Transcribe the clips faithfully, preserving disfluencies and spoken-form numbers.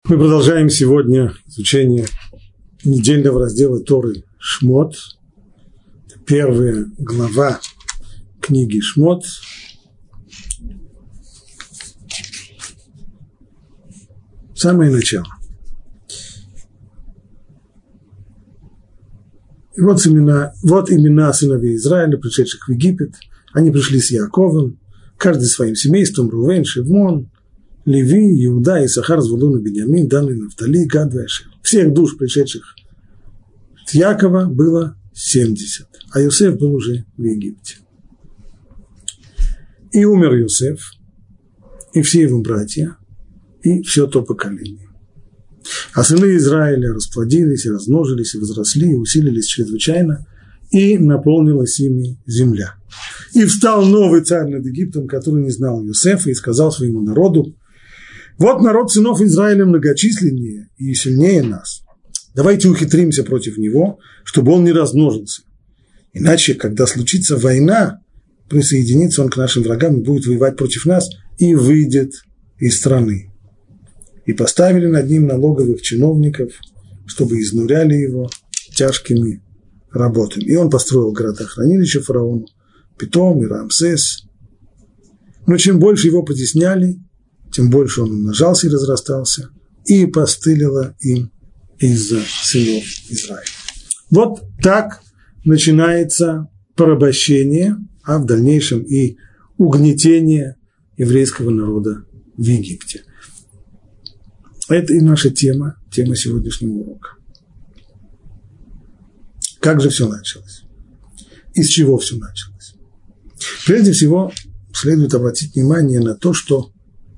Мы продолжаем сегодня изучение недельного раздела Торы Шмот. Первая глава книги Шмот. Самое начало. И вот имена, вот имена сыновей Израиля, пришедших в Египет. Они пришли с Яаковом, каждый своим семейством: Рувен, Шимон, Леви, Иуда, Исахар, Звулун, Беньямин, Дан, Нафтали, Гад и Ашер. Всех душ, пришедших от Якова, было семьдесят, а Йосеф был уже в Египте. И умер Йосеф, и все его братья, и все то поколение. А сыны Израиля расплодились, и размножились, и возросли, и усилились чрезвычайно, и наполнилась ими земля. И встал новый царь над Египтом, который не знал Йосефа, и сказал своему народу: вот народ сынов Израиля многочисленнее и сильнее нас. Давайте ухитримся против него, чтобы он не размножился. Иначе, когда случится война, присоединится он к нашим врагам и будет воевать против нас, и выйдет из страны. И поставили над ним налоговых чиновников, чтобы изнуряли его тяжкими работами. И он построил города-хранилища фараону, Питом и Рамсес. Но чем больше его потесняли, тем больше он умножался и разрастался, и постылило им из-за сынов Израиля. Вот так начинается порабощение, а в дальнейшем и угнетение еврейского народа в Египте. Это и наша тема, тема сегодняшнего урока. Как же все началось? Из чего все началось? Прежде всего, следует обратить внимание на то, что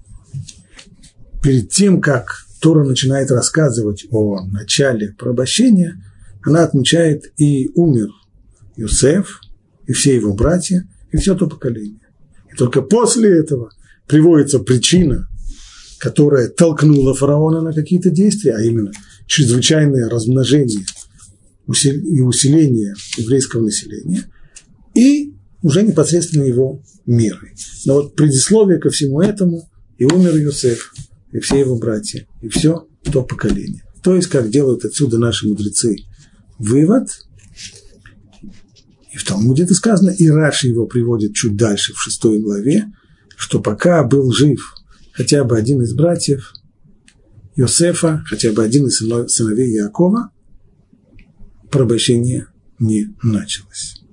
перед тем, как Тора начинает рассказывать о начале порабощения, она отмечает: и умер Йосеф, и все его братья, и все то поколение. И только после этого приводится причина, которая толкнула фараона на какие-то действия, а именно чрезвычайное размножение и усиление еврейского населения, и уже непосредственно его меры. Но вот предисловие ко всему этому: и умер Йосеф, и все его братья, и все то поколение. То есть, как делают отсюда наши мудрецы вывод, и в Талмуде это сказано, и Раши его приводит чуть дальше, в шестой главе, что пока был жив хотя бы один из братьев Йосефа, хотя бы один из сыновей Яакова, порабощение не началось.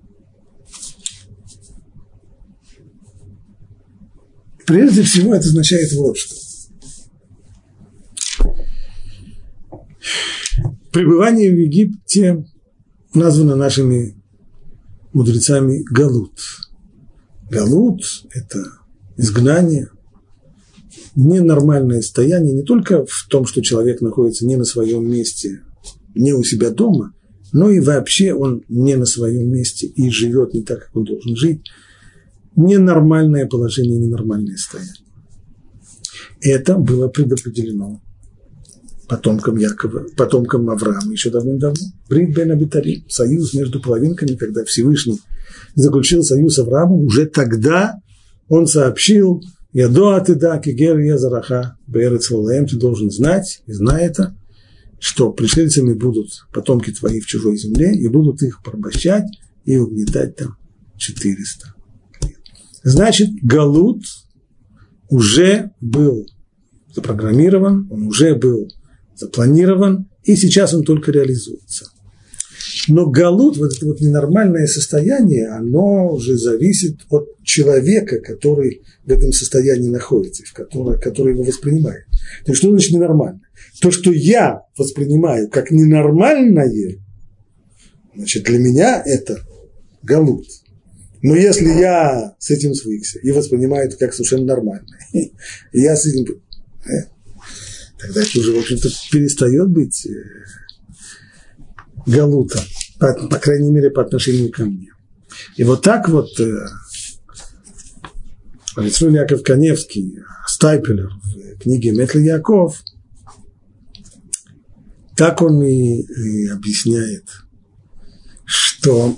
Прежде всего, это означает вот что. Пребывание в Египте названо нашими мудрецами галут. Галут – это изгнание, ненормальное состояние не только в том, что человек находится не на своем месте, не у себя дома, но и вообще он не на своем месте и живет не так, как он должен жить. Ненормальное положение, ненормальное состояние. Это было предопределено потомкам Якова, потомкам Авраама еще давным-давно. Брит бен Абитарим, союз между половинками, когда Всевышний заключил союз с Авраамом, уже тогда он сообщил: «Ядоа теда кигер язараха беэрец лолаэм», ты должен знать, и знай это, что пришельцами будут потомки твои в чужой земле, и будут их порабощать и угнетать там четыреста лет. Значит, галут уже был запрограммирован, он уже был запланирован, и сейчас он только реализуется. Но галут, вот это вот ненормальное состояние, оно уже зависит от человека, который в этом состоянии находится, который, который его воспринимает. То есть, что значит ненормально? То, что я воспринимаю как ненормальное, значит, для меня это галут. Но если я с этим свыкся и воспринимаю это как совершенно нормальное, и я с этим... тогда это уже, в общем-то, перестает быть галутом, по, по крайней мере, по отношению ко мне. И вот так вот Рицруль Яков Каневский, Стайпелер в книге Метли Яков, так он и, и объясняет, что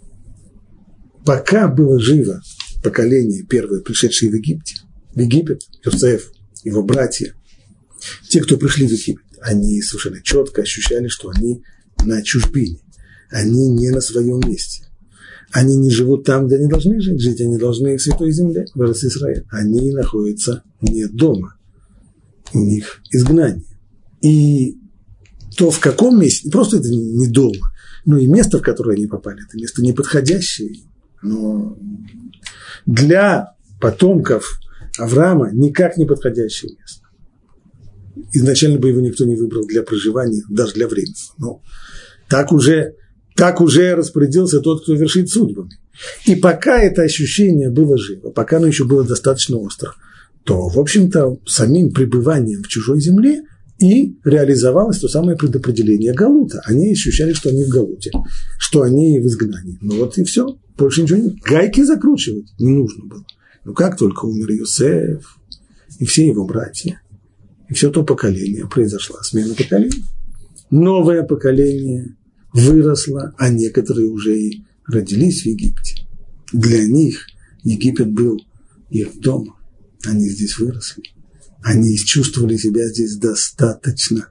пока было живо поколение первое, пришедшее в Египте, в Египет, Йосеф, его братья, Те, кто пришли в Египет, они совершенно четко ощущали, что они на чужбине, они не на своем месте. Они не живут там, где они должны жить, жить они должны в Святой Земле, в Израиле. Они находятся не дома, у них изгнание. И то, в каком месте, не просто это не дома, но и место, в которое они попали, это место неподходящее. Но для потомков Авраама никак не подходящее место. Изначально бы его никто не выбрал для проживания, даже для времени. Но так уже, так уже распорядился тот, кто вершит судьбами. И пока это ощущение было живо, пока оно еще было достаточно остро, то, в общем-то, самим пребыванием в чужой земле и реализовалось то самое предопределение галута. Они ощущали, что они в галуте, что они в изгнании. Ну вот и все, больше ничего нет. Гайки закручивать не нужно было. Ну как только умер Йосеф и все его братья, и все то поколение, произошла смена поколений. Новое поколение выросло, а некоторые уже и родились в Египте. Для них Египет был их домом. Они здесь выросли. Они чувствовали себя здесь достаточно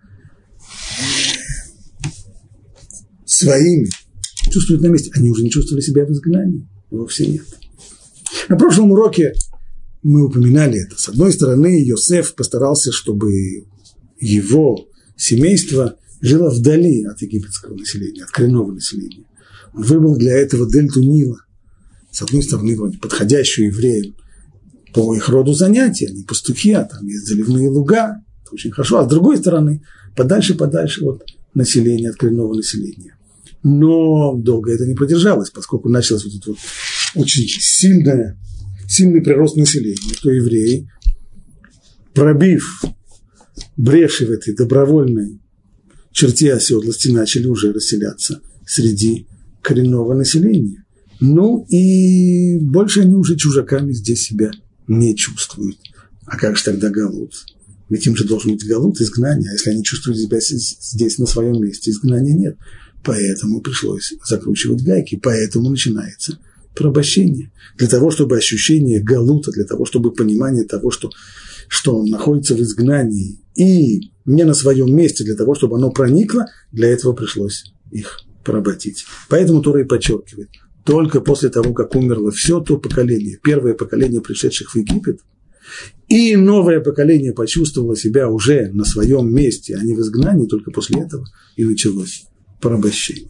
своими. Чувствуют на месте. Они уже не чувствовали себя в изгнании. Вовсе нет. На прошлом уроке мы упоминали это. С одной стороны, Йосеф постарался, чтобы его семейство жило вдали от египетского населения, от коренного населения. Он выбрал для этого дельту Нила. С одной стороны, вроде подходящую евреям по их роду занятий, они пастухи, а там есть заливные луга, это очень хорошо. А с другой стороны, подальше-подальше от населения, от коренного населения. Но долго это не продержалось, поскольку началось вот это вот очень сильное, сильный прирост населения, то евреи, пробив бреши в этой добровольной черте оседлости, начали уже расселяться среди коренного населения. Ну и больше они уже чужаками здесь себя не чувствуют. А как же тогда галут? Ведь им же должен быть галут, изгнание. А если они чувствуют себя здесь на своем месте, изгнания нет. Поэтому пришлось закручивать гайки. Поэтому начинается порабощение. Для того, чтобы ощущение галута, для того, чтобы понимание того, что, что он находится в изгнании и не на своем месте, для того, чтобы оно проникло, для этого пришлось их поработить. Поэтому Тора и подчеркивает, только после того, как умерло все то поколение, первое поколение пришедших в Египет, и новое поколение почувствовало себя уже на своем месте, а не в изгнании, только после этого и началось порабощение.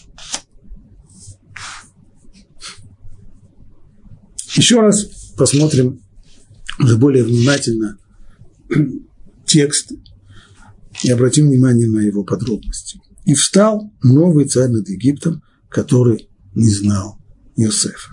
Еще раз посмотрим уже более внимательно текст и обратим внимание на его подробности. «И встал новый царь над Египтом, который не знал Йосефа».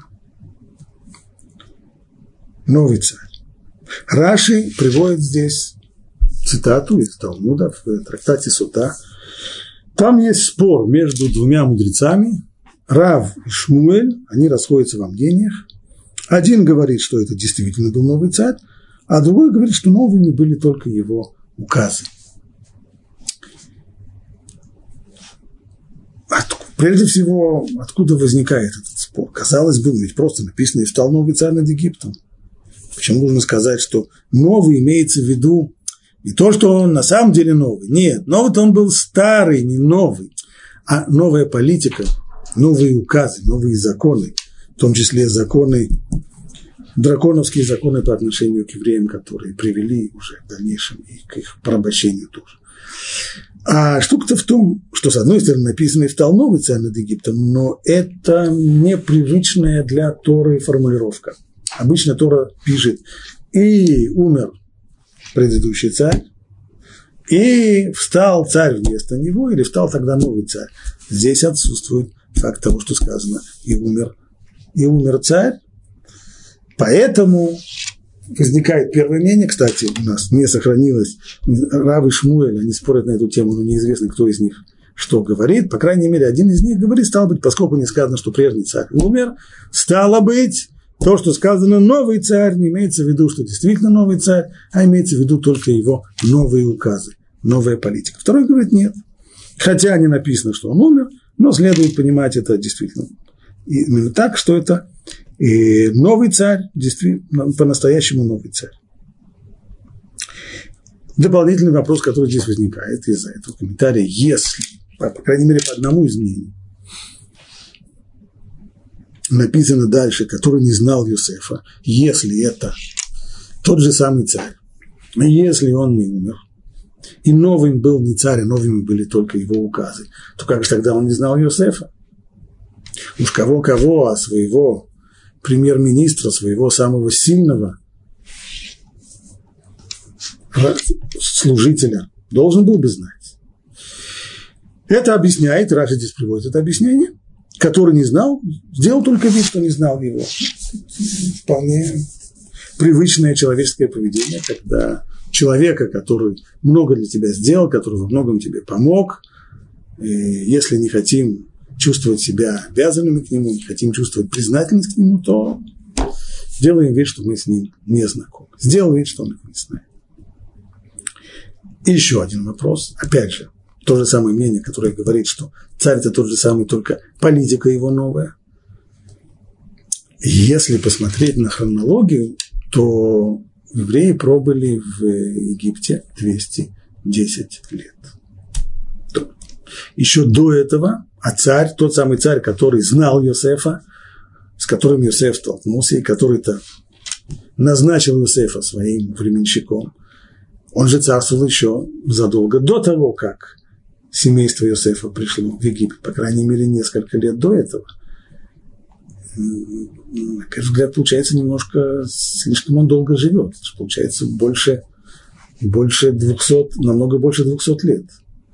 Новый царь. Раши приводит здесь цитату из Талмуда в трактате Сута. Там есть спор между двумя мудрецами, Рав и Шмуэль, они расходятся во мнениях. Один говорит, что это действительно был новый царь, а другой говорит, что новыми были только его указы. Прежде всего, откуда возникает этот спор? Казалось бы, ведь просто написано «И встал новый царь над Египтом». Почему нужно сказать, что новый имеется в виду не то, что он на самом деле новый? Нет, новый-то он был старый, не новый. А новая политика, новые указы, новые законы, в том числе законы, драконовские законы по отношению к евреям, которые привели уже в дальнейшем и к их порабощению тоже. А штука-то в том, что, с одной стороны, написано «И встал новый царь над Египтом», но это непривычная для Торы формулировка. Обычно Тора пишет «И умер предыдущий царь, и встал царь вместо него, или встал тогда новый царь». Здесь отсутствует факт того, что сказано «И умер, и умер царь». Поэтому возникает первое мнение, кстати, у нас не сохранилось, Рав и Шмуэль, они спорят на эту тему, но неизвестно, кто из них что говорит. По крайней мере, один из них говорит, стало быть, поскольку не сказано, что прежний царь умер, стало быть, то, что сказано «новый царь», не имеется в виду, что действительно новый царь, а имеется в виду только его новые указы, новая политика. Второй говорит «нет». Хотя не написано, что он умер, но следует понимать это действительно именно так, что это и новый царь, действительно, по-настоящему новый царь. дополнительный вопрос, который здесь возникает из-за этого комментария, если, по, по крайней мере, по одному из мнений, написано дальше, который не знал Йосефа, если это тот же самый царь, если он не умер, и новым был не царь, а новыми были только его указы, то как же тогда он не знал Йосефа? Уж кого-кого, а своего премьер-министра, своего самого сильного служителя должен был бы знать. Это объясняет, Раши здесь приводит это объяснение, который не знал, сделал только вид, что не знал его. Вполне привычное человеческое поведение, когда человека, который много для тебя сделал, который во многом тебе помог, если не хотим чувствовать себя обязанными к нему, не хотим чувствовать признательность к нему, то делаем вид, что мы с ним не знакомы. Сделал вид, что он его не знает. И еще один вопрос. Опять же, то же самое мнение, которое говорит, что царь – это тот же самый, только политика его новая. Если посмотреть на хронологию, то евреи пробыли в Египте двести десять лет. Еще до этого, а царь, тот самый царь, который знал Йосефа, с которым Йосеф столкнулся, и который-то назначил Йосефа своим временщиком, он же царствовал еще задолго до того, как семейство Йосефа пришло в Египет, по крайней мере, несколько лет до этого. На первый взгляд, получается, немножко слишком он долго живет. Получается, больше, больше двухсот, намного больше двухсот лет.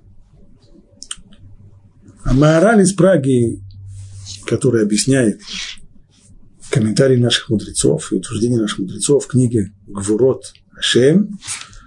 А Маораль из Праги, который объясняет комментарии наших мудрецов и утверждения наших мудрецов в книге «Гвурот Ашем»,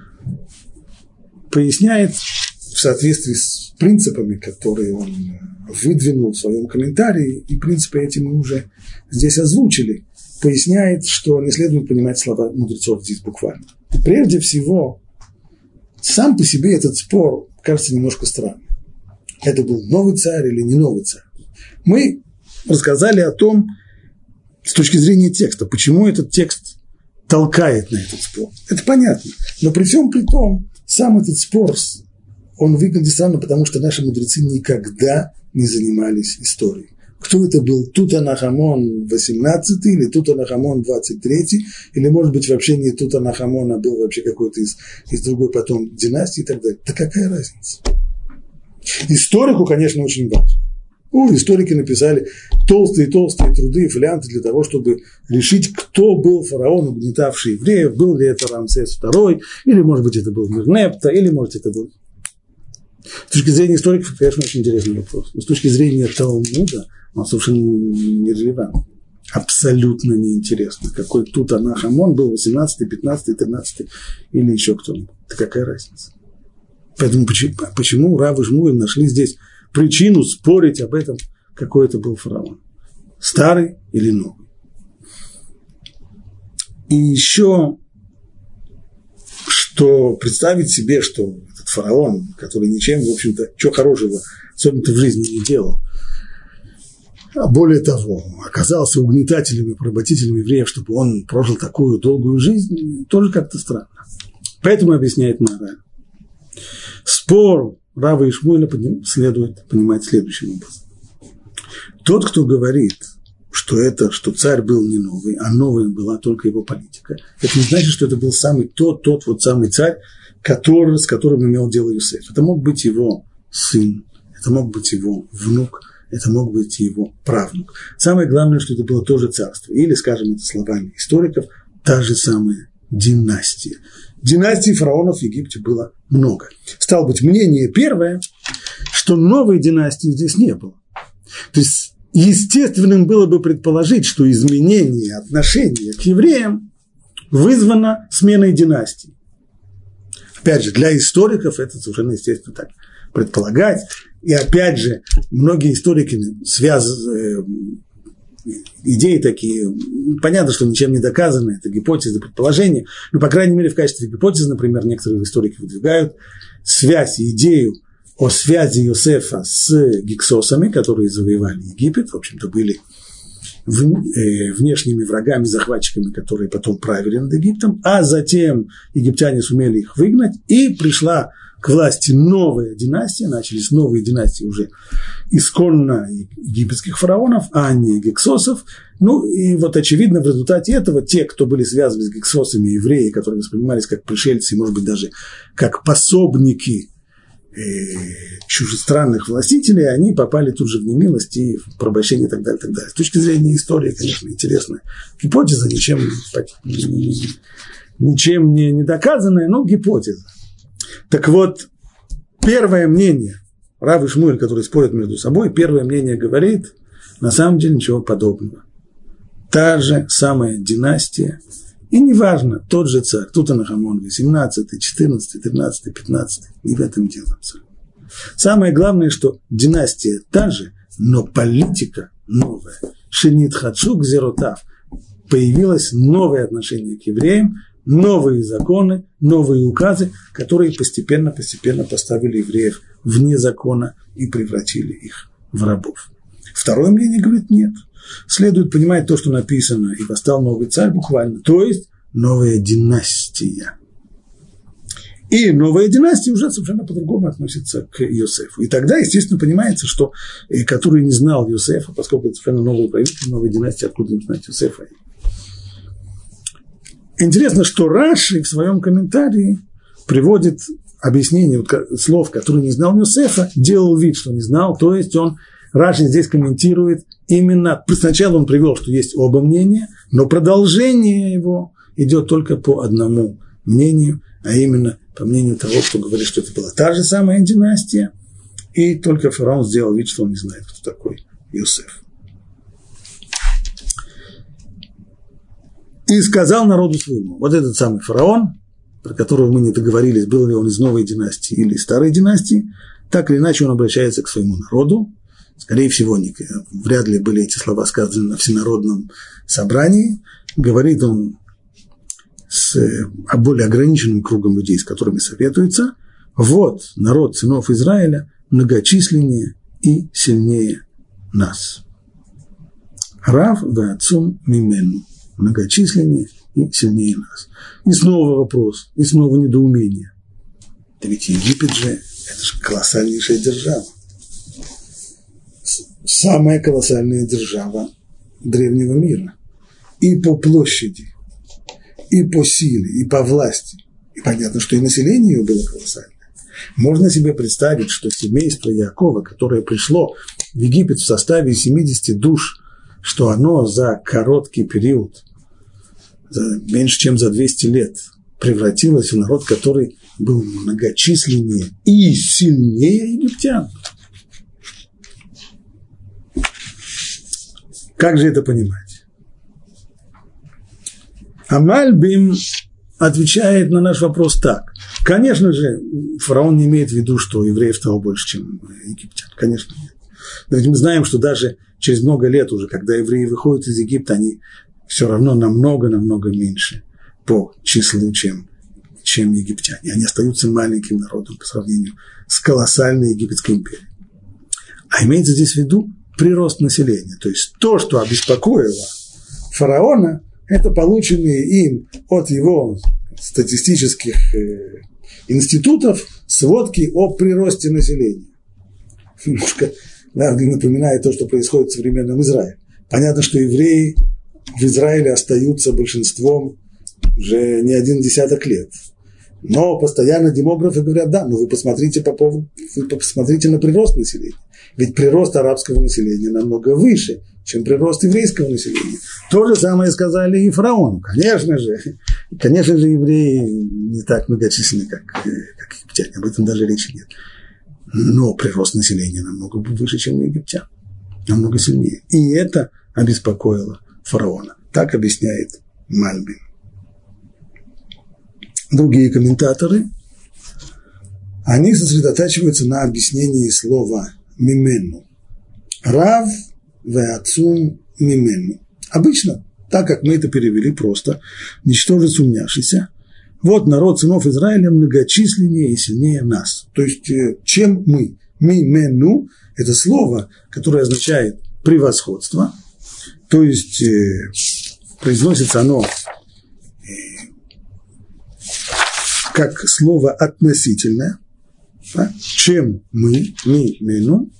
поясняет в соответствии с принципами, которые он выдвинул в своем комментарии, и принципы эти мы уже здесь озвучили, поясняет, что не следует понимать слова мудрецов здесь буквально. Прежде всего, сам по себе этот спор кажется немножко странным. Это был новый царь или не новый царь? Мы рассказали о том, с точки зрения текста, почему этот текст толкает на этот спор. Это понятно. Но при всем при том, сам этот спор, он выглядит странно, потому что наши мудрецы никогда не занимались историей. Кто это был? Тутанахамон восемнадцатый или Тутанахамон двадцать третий? Или, может быть, вообще не Тутанахамон, а был вообще какой-то из, из другой потом династии и так далее. Да какая разница? Историку, конечно, очень важно. О, историки написали толстые-толстые труды и фолианты для того, чтобы решить, кто был фараон, угнетавший евреев, был ли это Рамсес второй, или, может быть, это был Мернепта, или, может, это был... С точки зрения историков, конечно, очень интересный вопрос. Но с точки зрения Талмуда он совершенно нерелевантный. Абсолютно неинтересно, какой Тутанахамон был восемнадцатый, пятнадцатый, тринадцатый или еще кто-нибудь. Да какая разница? Поэтому почему, почему Рав и Шмуэль нашли здесь причину спорить об этом, какой это был фараон? Старый или новый? И еще, что представить себе, что этот фараон, который ничем, в общем-то, чего хорошего, особенно-то в жизни не делал, а более того, оказался угнетателем и поработителем евреев, чтобы он прожил такую долгую жизнь, тоже как-то странно. Поэтому объясняет Маораль. Спор Рава и Шмуэля следует понимать следующим образом. Тот, кто говорит, что это, что царь был не новый, а новой была только его политика, это не значит, что это был самый тот, тот вот самый царь, который, с которым имел дело Йосеф. Это мог быть его сын, это мог быть его внук, это мог быть его правнук. Самое главное, что это было тоже царство. Или, скажем это словами историков, та же самая династия. Династий фараонов в Египте было много. Стало быть, мнение первое, что новой династии здесь не было. То есть, естественным было бы предположить, что изменение отношения к евреям вызвано сменой династии. Опять же, для историков это совершенно естественно так предполагать. И опять же, многие историки связывают идеи такие, понятно, что ничем не доказаны, это гипотезы, предположения, но, по крайней мере, в качестве гипотезы, например, некоторые историки выдвигают связь, идею о связи Йосефа с гиксосами, которые завоевали Египет, в общем-то, были внешними врагами, захватчиками, которые потом правили над Египтом, а затем египтяне сумели их выгнать, и пришла к власти новая династия, начались новые династии уже исконно египетских фараонов, а не гиксосов. Ну и вот очевидно в результате этого те, кто были связаны с гиксосами, евреи, которые воспринимались как пришельцы, может быть даже как пособники чужестранных властителей, они попали тут же в немилость и в порабощение и так далее, и так далее. С точки зрения истории, конечно, интересная гипотеза, ничем, ничем не, не доказанная, но гипотеза. Так вот, первое мнение, Рав и Шмуэль, которые спорят между собой, первое мнение говорит, на самом деле ничего подобного. Та же самая династия, и неважно, тот же царь, Тутанхамон, восемнадцатый, четырнадцатый, тринадцатый, пятнадцатый, не в этом дело абсолютно. Самое главное, что династия та же, но политика новая. Шинит Хадшук Зеротав. Появилось новое отношение к евреям, новые законы, новые указы, которые постепенно-постепенно поставили евреев вне закона и превратили их в рабов. Второе мнение говорит нет. Следует понимать то, что написано, и восстал новый царь буквально, то есть новая династия. И новая династия уже совершенно по-другому относится к Йосефу. И тогда, естественно, понимается, что который не знал Йосефа, поскольку это совершенно новый правитель, новая династия, откуда им знать Йосефа. Интересно, что Раши в своем комментарии приводит объяснение вот, слов, которые не знал Йосефа, делал вид, что не знал, то есть он, Раши здесь комментирует именно, сначала он привел, что есть оба мнения, но продолжение его идет только по одному мнению, а именно по мнению того, кто говорит, что это была та же самая династия, и только фараон сделал вид, что он не знает, кто такой Йосеф. И сказал народу своему, вот этот самый фараон, про которого мы не договорились, был ли он из новой династии или из старой династии, так или иначе он обращается к своему народу. Скорее всего, не, вряд ли были эти слова сказаны на всенародном собрании. Говорит он с более ограниченным кругом людей, с которыми советуется. Вот народ сынов Израиля многочисленнее и сильнее нас. Рав веацум мимену. Многочисленнее и сильнее нас. И снова вопрос, и снова недоумение. Да ведь Египет же, это же колоссальнейшая держава. Самая колоссальная держава древнего мира. И по площади, и по силе, и по власти. И понятно, что и население ее было колоссальное. Можно себе представить, что семейство Яакова, которое пришло в Египет в составе семидесяти душ, что оно за короткий период, за меньше чем за двести лет, превратилось в народ, который был многочисленнее и сильнее египтян. Как же это понимать? А Мальбим отвечает на наш вопрос так. Конечно же, фараон не имеет в виду, что евреев стало больше, чем египтян. Конечно, нет. Но ведь мы знаем, что даже через много лет уже, когда евреи выходят из Египта, они все равно намного-намного меньше по числу, чем, чем египтяне. Они остаются маленьким народом по сравнению с колоссальной египетской империей. А имеется здесь в виду прирост населения. То есть то, что обеспокоило фараона, это полученные им от его статистических институтов сводки о приросте населения. Немножко напоминает то, что происходит в современном Израиле. Понятно, что евреи в Израиле остаются большинством уже не один десяток лет. Но постоянно демографы говорят, да, но вы посмотрите, по поводу, вы посмотрите на прирост населения. Ведь прирост арабского населения намного выше, чем прирост еврейского населения. То же самое сказали и фараону. Конечно же, конечно же, евреи не так многочисленны, как, как египтяне. Об этом даже речи нет. Но прирост населения намного выше, чем у египтян. Намного сильнее. И это обеспокоило фараона. Так объясняет Мальбим. Другие комментаторы, они сосредотачиваются на объяснении слова «мимену». «Рав веацум мимену». Обычно, так как мы это перевели просто, ничтоже сумняшися, вот народ сынов Израиля многочисленнее и сильнее нас. То есть, чем мы? Мимену – это слово, которое означает превосходство. То есть э, произносится оно э, как слово относительное, да? Чем мы, ми, мену.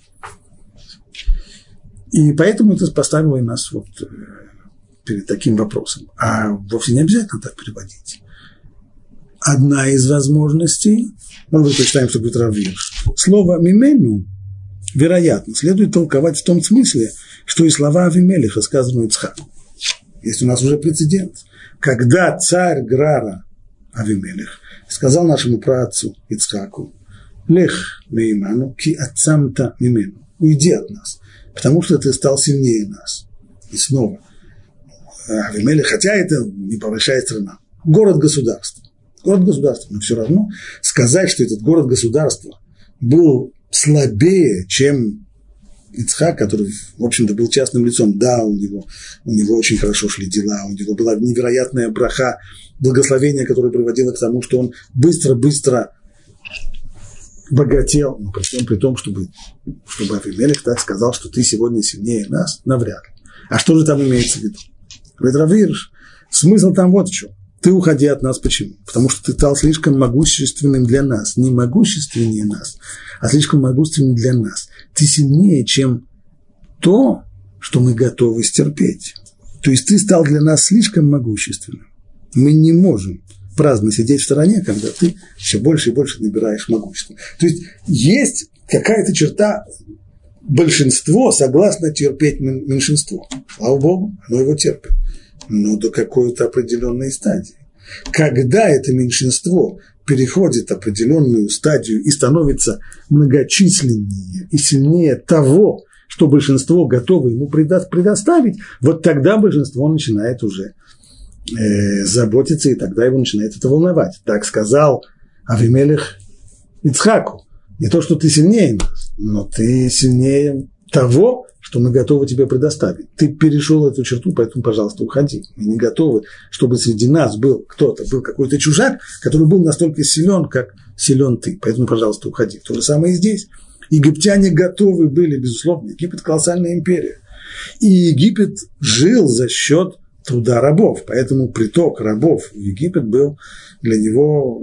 И поэтому это поставило нас вот э, перед таким вопросом. А вовсе не обязательно так переводить. Одна из возможностей, мы прочитаем, что будет Рав Вирш. Слово «мимену», вероятно, следует толковать в том смысле, что и слова Авимелеха сказаны Ицхаку. Есть у нас уже прецедент. Когда царь Грара Авимелех сказал нашему праотцу Ицхаку: «Лех мейману ки отцамта мимену», уйди от нас, потому что ты стал сильнее нас. И снова Авимелех, хотя это небольшая страна, город-государство. Город-государство, но все равно сказать, что этот город-государство был слабее, чем Ицхак, который, в общем-то, был частным лицом. Да, у него, у него очень хорошо шли дела, у него была невероятная браха, благословение, которое приводило к тому, что он быстро-быстро богател, но при том, при том чтобы, чтобы Авимелех так сказал, что ты сегодня сильнее нас, навряд ли. А что же там имеется в виду? Говорит Рав Вирш, смысл там вот в чем. Ты уходи от нас. Почему? Потому что ты стал слишком могущественным для нас. Не могущественнее нас, а слишком могущественным для нас. Ты сильнее, чем то, что мы готовы стерпеть. То есть ты стал для нас слишком могущественным. Мы не можем праздно сидеть в стороне, когда ты все больше и больше набираешь могущества. То есть есть какая-то черта, большинство согласно терпеть меньшинство. Слава Богу, оно его терпит. Но до какой-то определенной стадии. Когда это меньшинство переходит определенную стадию и становится многочисленнее и сильнее того, что большинство готово ему предоставить, вот тогда большинство начинает уже э, заботиться, и тогда его начинает это волновать. Так сказал Авимелех Ицхаку. Не то, что ты сильнее нас, но ты сильнее того, что мы готовы тебе предоставить. Ты перешел эту черту, поэтому, пожалуйста, уходи. Мы не готовы, чтобы среди нас был кто-то, был какой-то чужак, который был настолько силен, как силен ты. Поэтому, пожалуйста, уходи. То же самое и здесь. Египтяне готовы были, безусловно. Египет – колоссальная империя. И Египет жил за счет труда рабов. Поэтому приток рабов в Египет был для него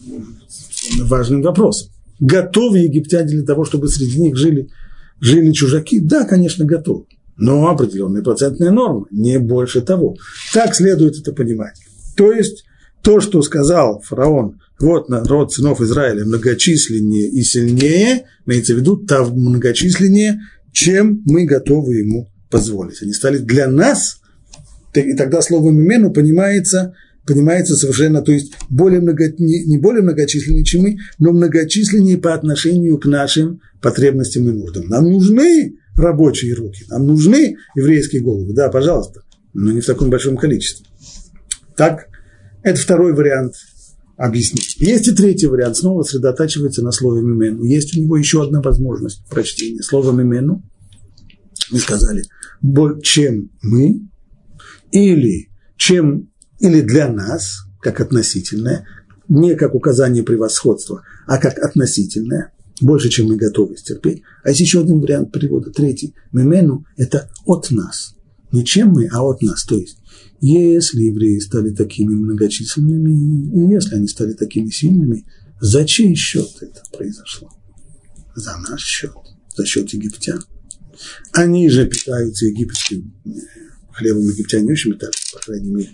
важным вопросом. Готовы египтяне для того, чтобы среди них жили Жили чужаки? Да, конечно, готовы. Но определенная процентная норма, не больше того. Так следует это понимать. То есть, то, что сказал фараон, вот народ сынов Израиля многочисленнее и сильнее, имеется в виду, там многочисленнее, чем мы готовы ему позволить. Они стали для нас, и тогда слово «мимену» понимается, понимается совершенно, то есть более много, не, не более многочисленнее, чем мы, но многочисленнее по отношению к нашим потребностям и нуждам. Нам нужны рабочие руки, нам нужны еврейские головы, да, пожалуйста, но не в таком большом количестве. Так, это второй вариант объяснить. Есть и третий вариант, снова сосредотачивается на слове «мимену». Есть у него еще одна возможность прочтения. Слово «мимену», мы сказали, чем мы, или чем, или для нас, как относительное, не как указание превосходства, а как относительное, больше, чем мы готовы стерпеть. А есть еще один вариант перевода, третий. «Мимену» – это от нас. Не чем мы, а от нас. То есть, если евреи стали такими многочисленными, и если они стали такими сильными, за чей счет это произошло? За наш счет, за счет египтян. Они же питаются египетским хлебом, египтяне не очень питаются, по крайней мере,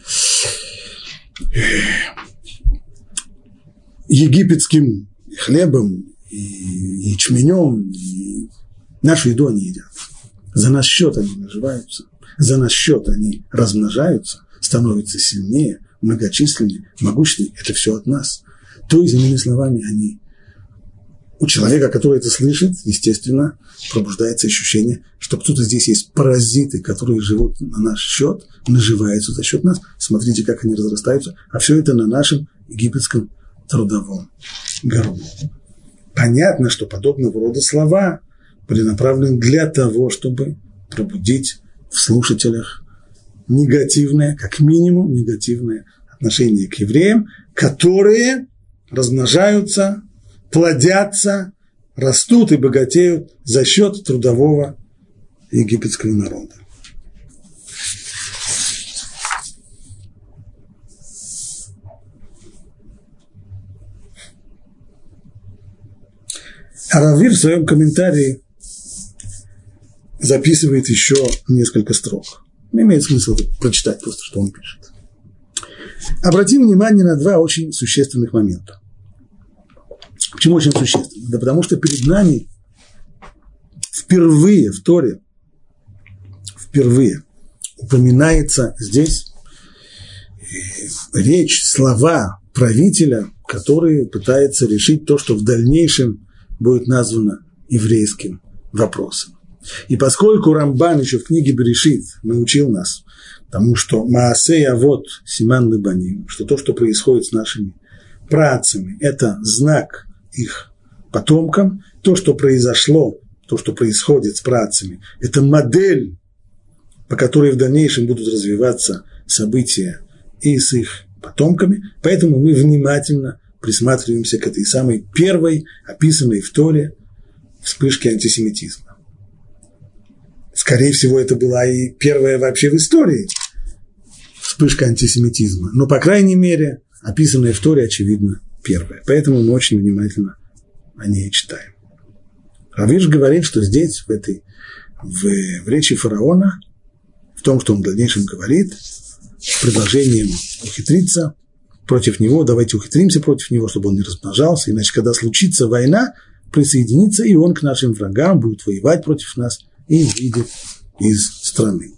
египетским хлебом и ячменем, и нашу еду они едят. За наш счет они наживаются, за наш счет они размножаются, становятся сильнее, многочисленнее, могущественнее. Это все от нас. То есть, иными словами, они у человека, который это слышит, естественно, пробуждается ощущение, что кто-то здесь есть паразиты, которые живут на наш счет, наживаются за счет нас. Смотрите, как они разрастаются. А все это на нашем египетском трудовом горбу. Понятно, что подобного рода слова были направлены для того, чтобы пробудить в слушателях негативное, как минимум негативное отношение к евреям, которые размножаются, плодятся, растут и богатеют за счет трудового египетского народа. А Рав Вир в своем комментарии записывает еще несколько строк. Имеет смысл прочитать просто, что он пишет. Обратим внимание на два очень существенных момента. Почему очень существенно? Да потому что перед нами впервые в Торе, впервые упоминается здесь речь, слова правителя, который пытается решить то, что в дальнейшем будет названо еврейским вопросом. И поскольку Рамбан еще в книге Берешит научил нас тому, что Маасей Авот Симан Лебаним, что то, что происходит с нашими праотцами, это знак их потомкам, то, что произошло, то, что происходит с праотцами, это модель, по которой в дальнейшем будут развиваться события и с их потомками, поэтому мы внимательно присматриваемся к этой самой первой, описанной в Торе, вспышке антисемитизма. Скорее всего, это была и первая вообще в истории вспышка антисемитизма, но, по крайней мере, описанная в Торе, очевидно, первая. Поэтому мы очень внимательно о ней читаем. Рав Вир говорит, что здесь, в этой, в, в речи фараона, в том, что он в дальнейшем говорит, с предложением ухитриться против него, давайте ухитримся против него, чтобы он не размножался, иначе, когда случится война, присоединится и он к нашим врагам, будет воевать против нас и выйдет из страны.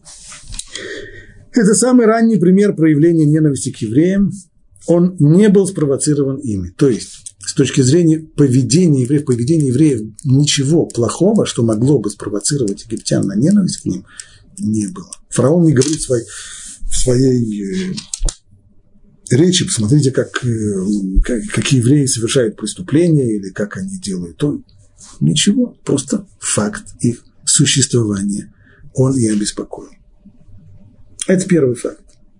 Это самый ранний пример проявления ненависти к евреям. Он не был спровоцирован ими. То есть, с точки зрения поведения евреев, поведения евреев ничего плохого, что могло бы спровоцировать египтян на ненависть к ним, не было. Фараон не говорит в своей, в своей речи, посмотрите, как, как, как евреи совершают преступления или как они делают то. Ничего, просто факт их существования он и обеспокоил. Это первый факт.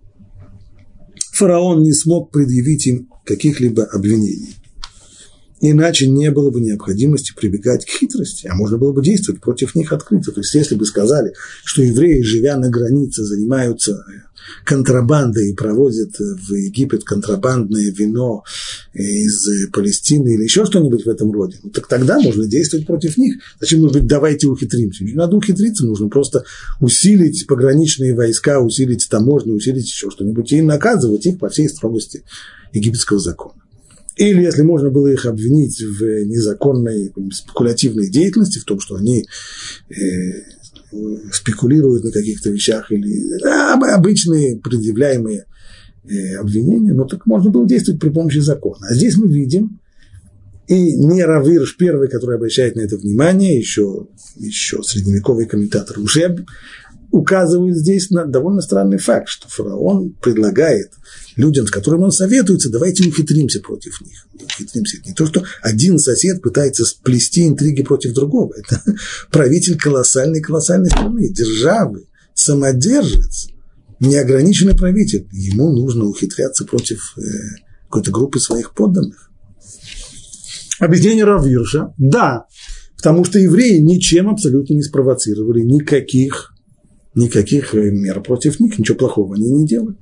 Фараон не смог предъявить им каких-либо обвинений. Иначе не было бы необходимости прибегать к хитрости, а можно было бы действовать против них открыто. То есть, если бы сказали, что евреи, живя на границе, занимаются контрабандой и провозят в Египет контрабандное вино из Палестины или еще что-нибудь в этом роде, ну, так тогда можно действовать против них. Зачем нужно говорить, давайте ухитримся? Не надо ухитриться, нужно просто усилить пограничные войска, усилить таможню, усилить еще что-нибудь и наказывать их по всей строгости египетского закона. Или, если можно было их обвинить в незаконной спекулятивной деятельности, в том, что они э, спекулируют на каких-то вещах, или да, обычные предъявляемые э, обвинения, ну, так можно было действовать при помощи закона. А здесь мы видим, и не Рав Вир первый, который обращает на это внимание, еще, еще средневековый комментатор уже указывает здесь на довольно странный факт, что фараон предлагает людям, с которыми он советуется, давайте ухитримся против них. Ухитримся. Не то, что один сосед пытается сплести интриги против другого. Это правитель колоссальной-колоссальной страны, державы, самодержец, неограниченный правитель. Ему нужно ухитряться против э, какой-то группы своих подданных. Объяснение Рав Вирша – да, потому что евреи ничем абсолютно не спровоцировали никаких Никаких мер против них, ничего плохого они не делают.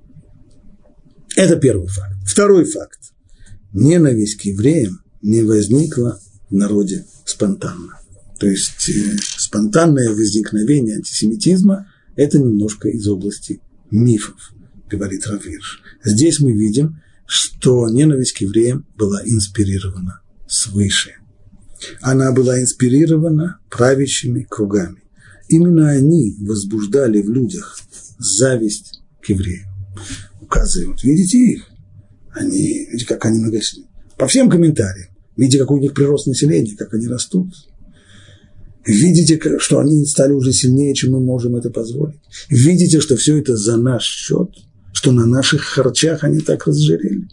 Это первый факт. Второй факт. Ненависть к евреям не возникла в народе спонтанно. То есть э, спонтанное возникновение антисемитизма – это немножко из области мифов, говорит Рав Вир. Здесь мы видим, что ненависть к евреям была инспирирована свыше. Она была инспирирована правящими кругами. Именно они возбуждали в людях зависть к евреям. Указывают, видите их? Они, видите, как они многочисленны. По всем комментариям. Видите, какой у них прирост населения, как они растут. Видите, что они стали уже сильнее, чем мы можем это позволить. Видите, что все это за наш счет, что на наших харчах они так разжирели.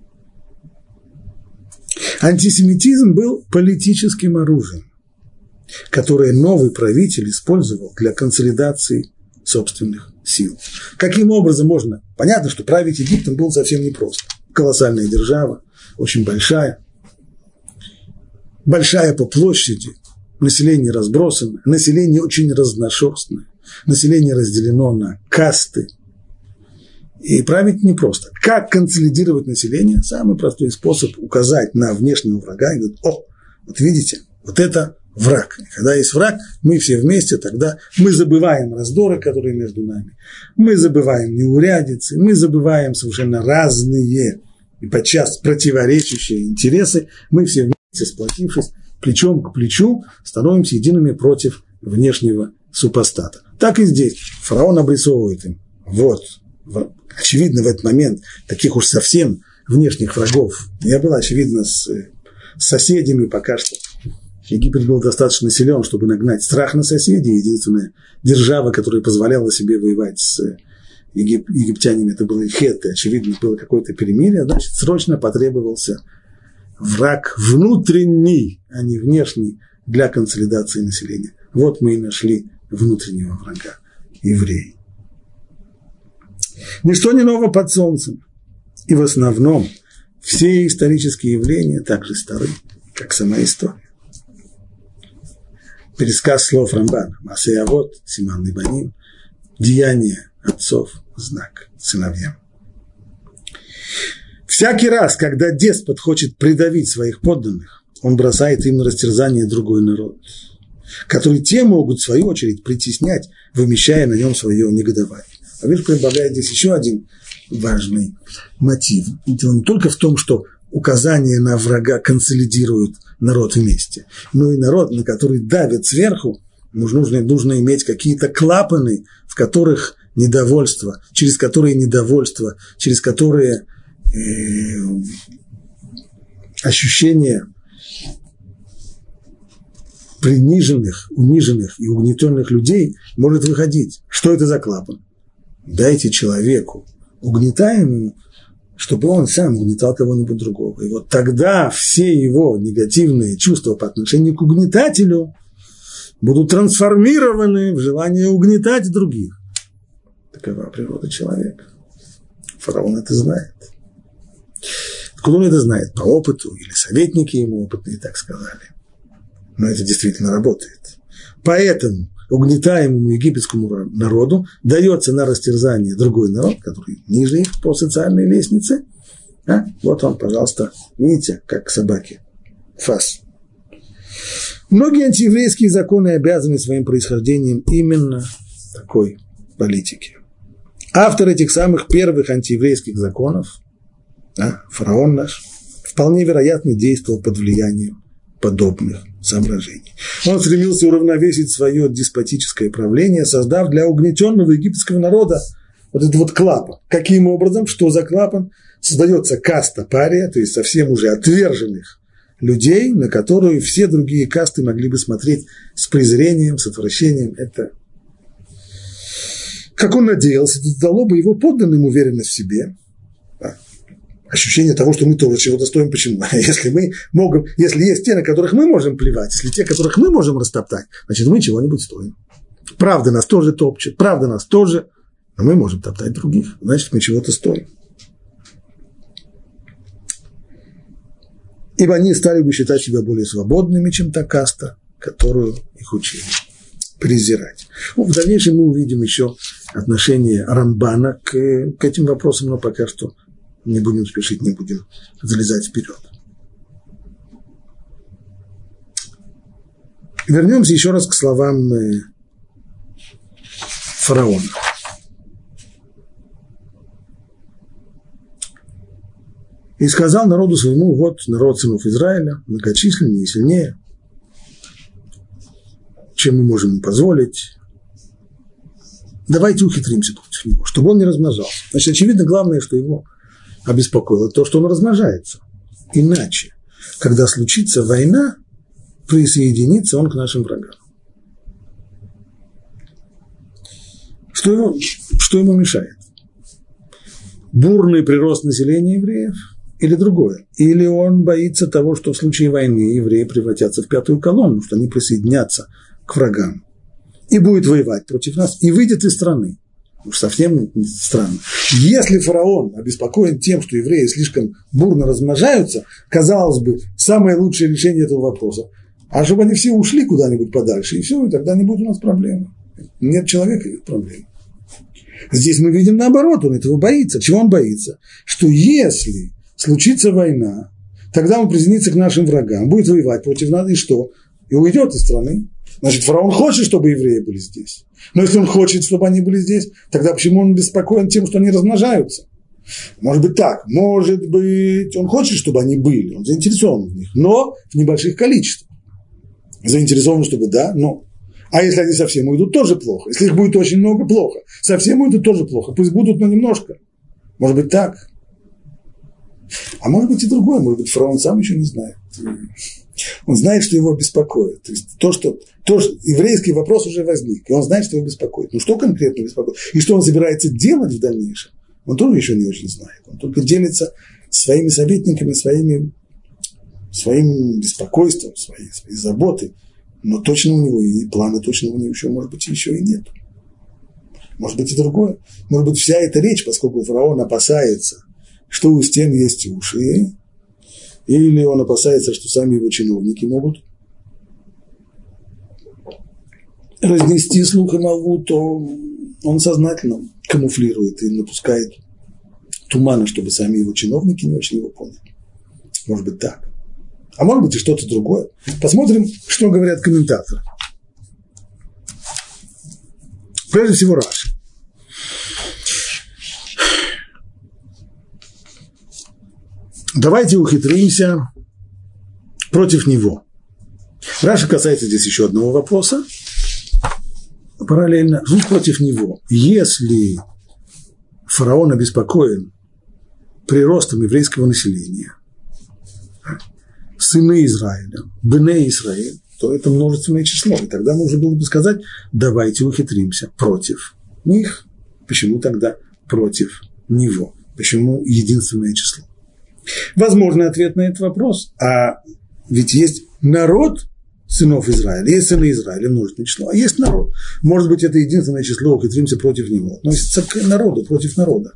Антисемитизм был политическим оружием, которое новый правитель использовал для консолидации собственных сил. Каким образом можно? Понятно, что править Египтом было совсем непросто. Колоссальная держава, очень большая, большая по площади, население разбросано, население очень разношерстное, население разделено на касты. И править непросто. Как консолидировать население? Самый простой способ – указать на внешнего врага и говорить: о, вот видите, Вот это враг. И когда есть враг, мы все вместе, тогда мы забываем раздоры, которые между нами. Мы забываем неурядицы, мы забываем совершенно разные и подчас противоречащие интересы. Мы все вместе, сплотившись, плечом к плечу, становимся едиными против внешнего супостата. Так и здесь. Фараон обрисовывает им. Вот, очевидно, в этот момент таких уж совсем внешних врагов не было, очевидно, с, с соседями пока что. Египет был достаточно силен, чтобы нагнать страх на соседей. Единственная держава, которая позволяла себе воевать с егип, египтянами, это были хетты. Очевидно, было какое-то перемирие. Значит, срочно потребовался враг внутренний, а не внешний, для консолидации населения. Вот мы и нашли внутреннего врага – евреи. Ничто не ново под солнцем. И в основном все исторические явления так же стары, как сама история. Пересказ слов Рамбана. Маасей авот, симан либаним, деяние отцов, знак сыновьям. Всякий раз, когда деспот хочет придавить своих подданных, он бросает им на растерзание другой народ, который те могут, в свою очередь, притеснять, вымещая на нем свое негодование. А Вильш прибавляет здесь еще один важный мотив. Дело не только в том, что указание на врага консолидирует народ вместе, но и народ, на который давит сверху, нужно, нужно иметь какие-то клапаны, в которых недовольство, через которые недовольство, через которые э, ощущение приниженных, униженных и угнетенных людей может выходить. Что это за клапан? Дайте человеку, угнетаемому, чтобы он сам угнетал кого-нибудь другого. И вот тогда все его негативные чувства по отношению к угнетателю будут трансформированы в желание угнетать других. Такова природа человека. Фараон это знает. Откуда он это знает? По опыту или советники ему опытные так сказали. Но это действительно работает. Поэтому угнетаемому египетскому народу дается на растерзание другой народ, который ниже их по социальной лестнице. А? Вот он, пожалуйста, видите, как собаки. Фас. Многие антиеврейские законы обязаны своим происхождением именно такой политике. Автор этих самых первых антиеврейских законов, а, фараон наш, вполне вероятно действовал под влиянием подобных соображений. Он стремился уравновесить свое деспотическое правление, создав для угнетенного египетского народа вот этот вот клапан. Каким образом? Что за клапан? Создается каста пария, то есть совсем уже отверженных людей, на которую все другие касты могли бы смотреть с презрением, с отвращением. Это, как он надеялся, это дало бы его подданным уверенность в себе. Ощущение того, что мы тоже чего-то стоим. Почему? Если мы можем, если есть те, на которых мы можем плевать, если те, которых мы можем растоптать, значит, мы чего-нибудь стоим. Правда нас тоже топчет, правда нас тоже, но мы можем топтать других, значит, мы чего-то стоим. Ибо они стали бы считать себя более свободными, чем та каста, которую их учили презирать. Ну, в дальнейшем мы увидим еще отношение Рамбана к, к этим вопросам, но пока что не будем спешить, не будем залезать вперед. Вернемся еще раз к словам фараона. И сказал народу своему: вот народ сынов Израиля, многочисленнее и сильнее, чем мы можем ему позволить. Давайте ухитримся против него, чтобы он не размножался. Значит, очевидно, главное, что его обеспокоило то, что он размножается. Иначе, когда случится война, присоединится он к нашим врагам. Что ему, что ему мешает? Бурный прирост населения евреев или другое? Или он боится того, что в случае войны евреи превратятся в пятую колонну, что они присоединятся к врагам и будет воевать против нас, и выйдет из страны. Уж совсем странно. Если фараон обеспокоен тем, что евреи слишком бурно размножаются, казалось бы, самое лучшее решение этого вопроса, а чтобы они все ушли куда-нибудь подальше, и все, и тогда не будет у нас проблемы. Нет человека, нет проблем. Здесь мы видим наоборот, он этого боится. Чего он боится? Что если случится война, тогда он присоединится к нашим врагам, будет воевать против нас, и что? и уйдет из страны. Значит, фараон хочет, чтобы евреи были здесь. Но если он хочет, чтобы они были здесь, тогда почему он беспокоен тем, что они размножаются? Может быть так, может быть, он хочет, чтобы они были, он заинтересован в них, но в небольших количествах. Заинтересован, чтобы да, но. А если они совсем уйдут, тоже плохо. Если их будет очень много, плохо. Совсем уйдут, тоже плохо. Пусть будут, но немножко. Может быть так. А может быть и другое, может быть, фараон сам еще не знает. Он знает, что его беспокоит. То есть то, что, то, что еврейский вопрос уже возник, и он знает, что его беспокоит. Ну что конкретно беспокоит? И что он собирается делать в дальнейшем, он тоже еще не очень знает. Он только делится своими советниками, своими, своим беспокойством, своей, своей заботой. Но точно у него, и плана точно у него еще, может быть, еще и нет. Может быть и другое. Может быть, вся эта речь, поскольку фараон опасается, что у стен есть уши, или он опасается, что сами его чиновники могут разнести слух и молву, то он сознательно камуфлирует и напускает тумана, чтобы сами его чиновники не очень его поняли. Может быть так. А может быть и что-то другое. Посмотрим, что говорят комментаторы. Прежде всего Раши. Давайте ухитримся против него. Раши касается здесь еще одного вопроса. Параллельно. Жить против него. Если фараон обеспокоен приростом еврейского населения, сыны Израиля, бней Израиль, то это множественное число. И тогда можно было бы сказать, давайте ухитримся против них. Почему тогда против него? Почему единственное число? Возможный ответ на этот вопрос. А ведь есть народ сынов Израиля, есть сыны Израиля, множественное число, а есть народ. Может быть, это единственное число, ухитримся против него. Относится к народу, против народа.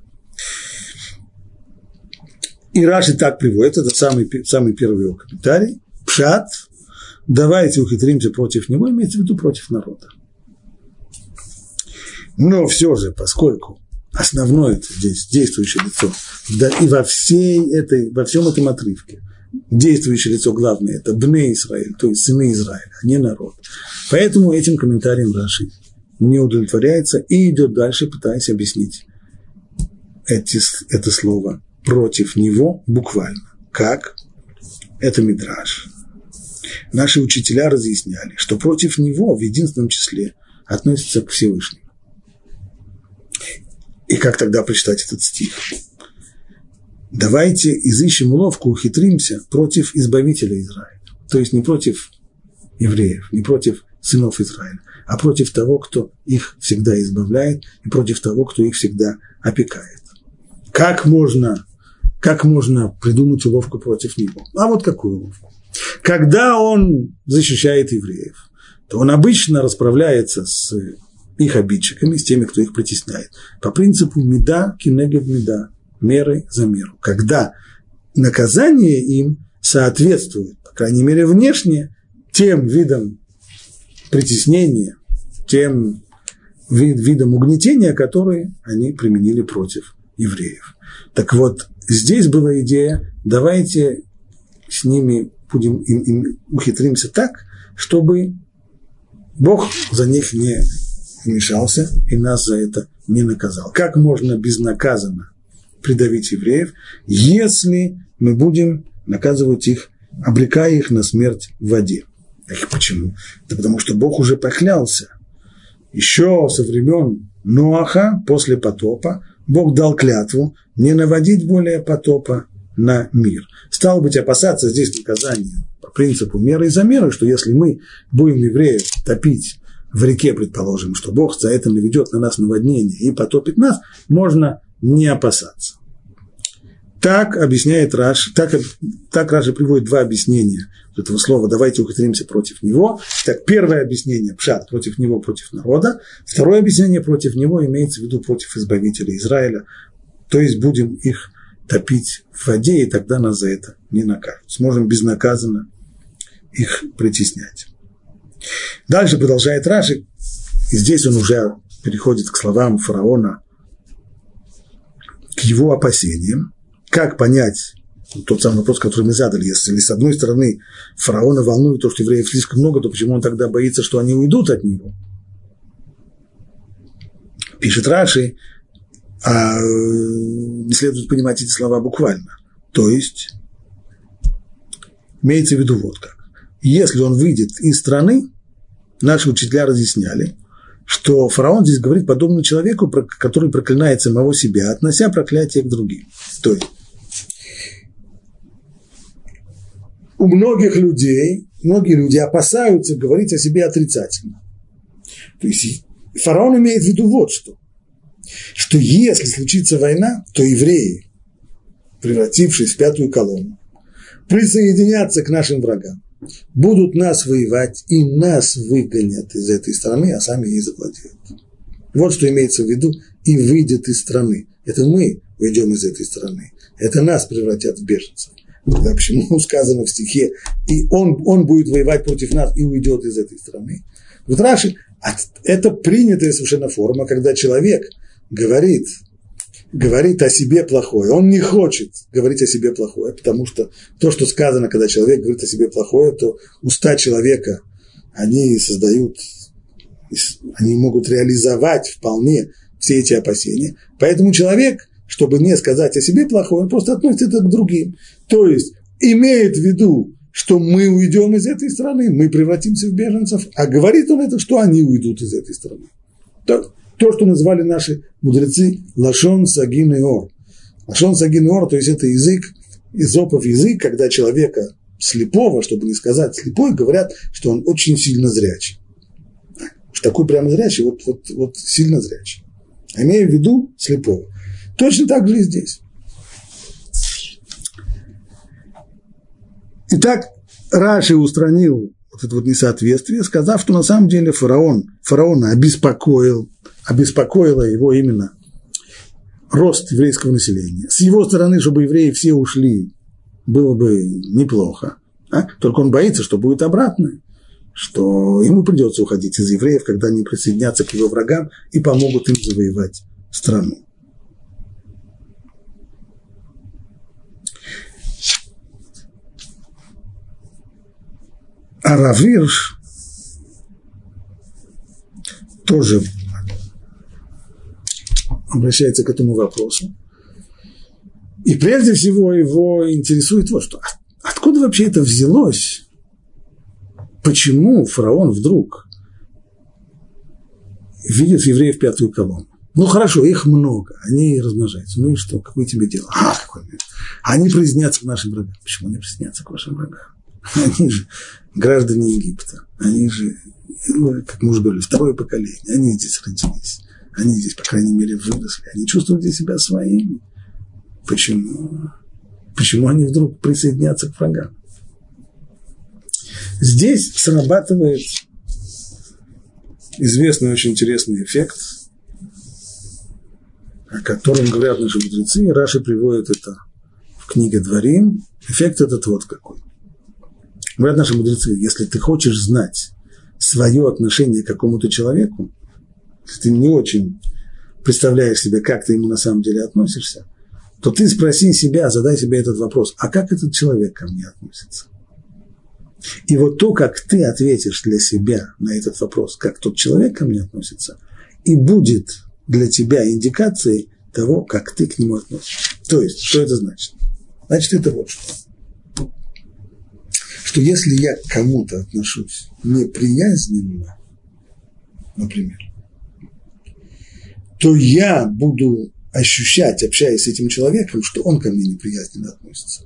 И Раши так приводит, это самый, самый первый его комментарий. Пшат, давайте ухитримся против него, имеется в виду против народа. Но все же, поскольку основное здесь действующее лицо, да, и во, всей этой, во всем этом отрывке действующее лицо главное – это бней Израиль, то есть сыны Израиля, а не народ. Поэтому этим комментарием Раши не удовлетворяется и идет дальше, пытаясь объяснить эти, это слово против него буквально. Как? Это мидраш. Наши учителя разъясняли, что против него в единственном числе относится к Всевышнему. И как тогда прочитать этот стих? Давайте изыщем уловку, ухитримся против избавителя Израиля. То есть не против евреев, не против сынов Израиля, а против того, кто их всегда избавляет, и против того, кто их всегда опекает. Как можно, как можно придумать уловку против него? А вот какую уловку? Когда он защищает евреев, то он обычно расправляется с их обидчиками, с теми, кто их притесняет, по принципу меда кинегед меда, меры за меру. Когда наказание им соответствует, по крайней мере, внешне, тем видам притеснения, тем вид, видам угнетения, которые они применили против евреев. Так вот, здесь была идея, давайте с ними будем, им, им ухитримся так, чтобы Бог за них не вмешался и нас за это не наказал. Как можно безнаказанно придавить евреев, если мы будем наказывать их, обрекая их на смерть в воде? Эх, почему? Да потому что Бог уже поклялся. Еще со времен Ноаха, после потопа, Бог дал клятву не наводить более потопа на мир. Стало быть, опасаться здесь наказания по принципу меры за меру, что если мы будем евреев топить в реке, предположим, что Бог за это наведет на нас наводнение и потопит нас, можно не опасаться. Так объясняет Раши, так, так Раши приводит два объяснения этого слова «давайте ухитримся против него». Так, первое объяснение – пшат, против него, против народа. Второе объяснение – против него имеется в виду против избавителя Израиля. То есть будем их топить в воде, и тогда нас за это не накажут. Сможем безнаказанно их притеснять. Дальше продолжает Раши, и здесь он уже переходит к словам фараона, к его опасениям. Как понять Тот самый вопрос, который мы задали. Если с одной стороны фараона волнует то, что евреев слишком много, то почему он тогда боится, что они уйдут от него? Пишет Раши, а не следует понимать эти слова буквально. То есть, имеется в виду вот как. Если он выйдет из страны, наши учителя разъясняли, что фараон здесь говорит подобно человеку, который проклинает самого себя, относя проклятие к другим. То есть, у многих людей, многие люди опасаются говорить о себе отрицательно. То есть, фараон имеет в виду вот что. Что если случится война, то евреи, превратившись в пятую колонну, присоединятся к нашим врагам, будут нас воевать и нас выгонят из этой страны, а сами ей завладеют. Вот что имеется в виду и выйдет из страны. Это мы уйдем из этой страны. Это нас превратят в беженцев. Тогда почему сказано в стихе, и он, он будет воевать против нас и уйдет из этой страны? Вот Раши, это принятая совершенно форма, когда человек говорит, говорит о себе плохое. Он не хочет говорить о себе плохое, потому что то, что сказано, когда человек говорит о себе плохое, то уста человека, они создают, они могут реализовать вполне все эти опасения. Поэтому человек, чтобы не сказать о себе плохое, он просто относится это к другим. То есть имеет в виду, что мы уйдем из этой страны, мы превратимся в беженцев, а говорит он это, что они уйдут из этой страны. То, то что назвали наши мудрецы лашон сагин и ор. Лашон сагин и ор, то есть это язык, изопов язык, когда человека слепого, чтобы не сказать слепой, говорят, что он очень сильно зрячий. Такой прямо зрячий, вот, вот, вот сильно зрячий. Имея в виду слепого. Точно так же и здесь. Итак, Раши устранил вот это вот несоответствие, сказав, что на самом деле фараон, фараона обеспокоил, обеспокоило его именно рост еврейского населения. С его стороны, чтобы евреи все ушли, было бы неплохо. А? Только он боится, что будет обратное, что ему придется уходить из евреев, когда они присоединятся к его врагам и помогут им завоевать страну. А Рав Ирш тоже обращается к этому вопросу. И прежде всего его интересует вот что. Откуда вообще это взялось? Почему фараон вдруг видит евреев пятую колонну? Ну хорошо, их много, они размножаются. Ну и что, какое тебе дело? А, какое? Они присоединятся к нашим врагам. Почему они присоединятся к вашим врагам? Они же граждане Египта, они же, как мы уже говорили, второе поколение, они здесь родились, они здесь, по крайней мере, выросли, они чувствуют здесь себя своими. Почему? Почему они вдруг присоединятся к врагам? Здесь срабатывает известный очень интересный эффект, о котором говорят наши мудрецы, и Раши приводит это в книге Дворим. Эффект этот вот какой. Говорят наши мудрецы, если ты хочешь знать свое отношение к какому-то человеку, если ты не очень представляешь себе, как ты ему на самом деле относишься, то ты спроси себя, задай себе этот вопрос, а как этот человек ко мне относится? И вот то, как ты ответишь для себя на этот вопрос, как тот человек ко мне относится, и будет для тебя индикацией того, как ты к нему относишься. То есть, что это значит? Значит, это вот что. Что если я к кому-то отношусь неприязненно, например, то я буду ощущать, общаясь с этим человеком, что он ко мне неприязненно относится.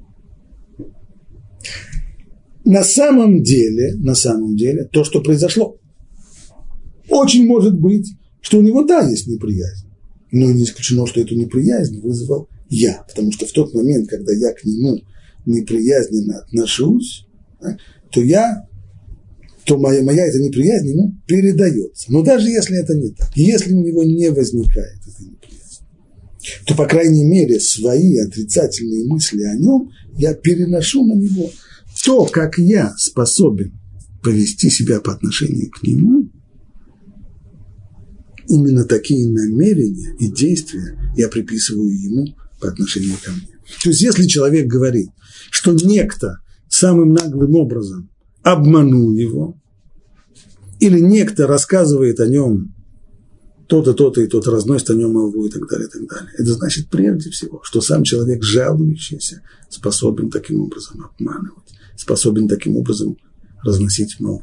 На самом деле, на самом деле, то, что произошло, очень может быть, что у него, да, есть неприязнь, но не исключено, что эту неприязнь вызвал я, потому что в тот момент, когда я к нему неприязненно отношусь, да, то я, то моя, моя эта неприязнь ему передается. Но даже если это не так, если у него не возникает эта неприязнь, то, по крайней мере, свои отрицательные мысли о нем я переношу на него. То, как я способен повести себя по отношению к нему, именно такие намерения и действия я приписываю ему по отношению ко мне. То есть, если человек говорит, что некто самым наглым образом обманул его, или некто рассказывает о нем то-то, то-то и то-то, разносит о нем молву и так далее, и так далее, это значит прежде всего, что сам человек, жалующийся, способен таким образом обманывать, способен таким образом разносить молву.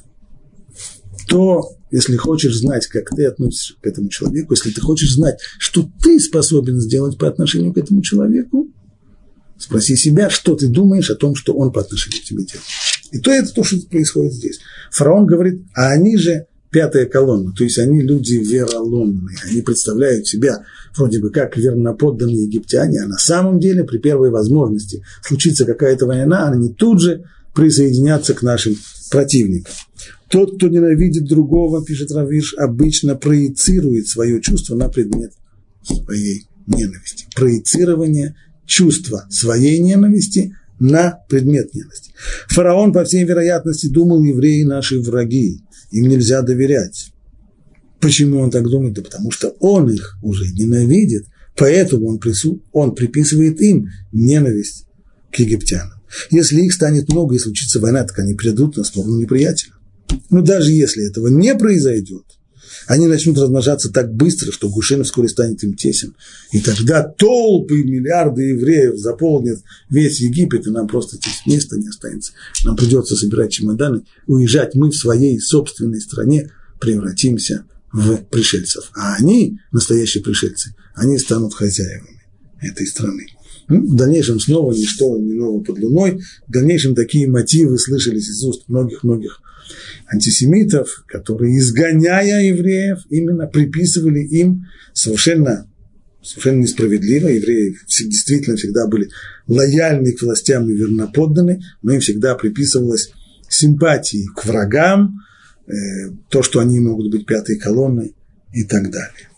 То, если хочешь знать, как ты относишься к этому человеку, если ты хочешь знать, что ты способен сделать по отношению к этому человеку, спроси себя, что ты думаешь о том, что он по отношению к тебе делает. И то это то, что происходит здесь. Фараон говорит, а они же пятая колонна, то есть они люди вероломные, они представляют себя вроде бы как верноподданные египтяне, а на самом деле при первой возможности случится какая-то война, они тут же присоединятся к нашим противникам. Тот, кто ненавидит другого, пишет Рав Ирш, обычно проецирует свое чувство на предмет своей ненависти. Проецирование чувства своей ненависти на предмет ненависти. Фараон, по всей вероятности, думал, евреи наши враги, им нельзя доверять. Почему он так думает? Да потому что он их уже ненавидит, поэтому он, прису... он приписывает им ненависть к египтянам. Если их станет много и случится война, так они придут на сторону неприятеля. Но даже если этого не произойдет, они начнут размножаться так быстро, что Гошен вскоре станет им тесен. И тогда толпы, миллиарды евреев заполнят весь Египет, и нам просто здесь места не останется. Нам придется собирать чемоданы, уезжать. Мы в своей собственной стране превратимся в пришельцев. А они, настоящие пришельцы, они станут хозяевами этой страны. В дальнейшем снова ничто не ново под луной. В дальнейшем такие мотивы слышались из уст многих-многих антисемитов, которые, изгоняя евреев, именно приписывали им совершенно, совершенно несправедливо. Евреи действительно всегда были лояльны к властям и верноподданы, но им всегда приписывалась симпатия к врагам, э, то, что они могут быть пятой колонной и так далее.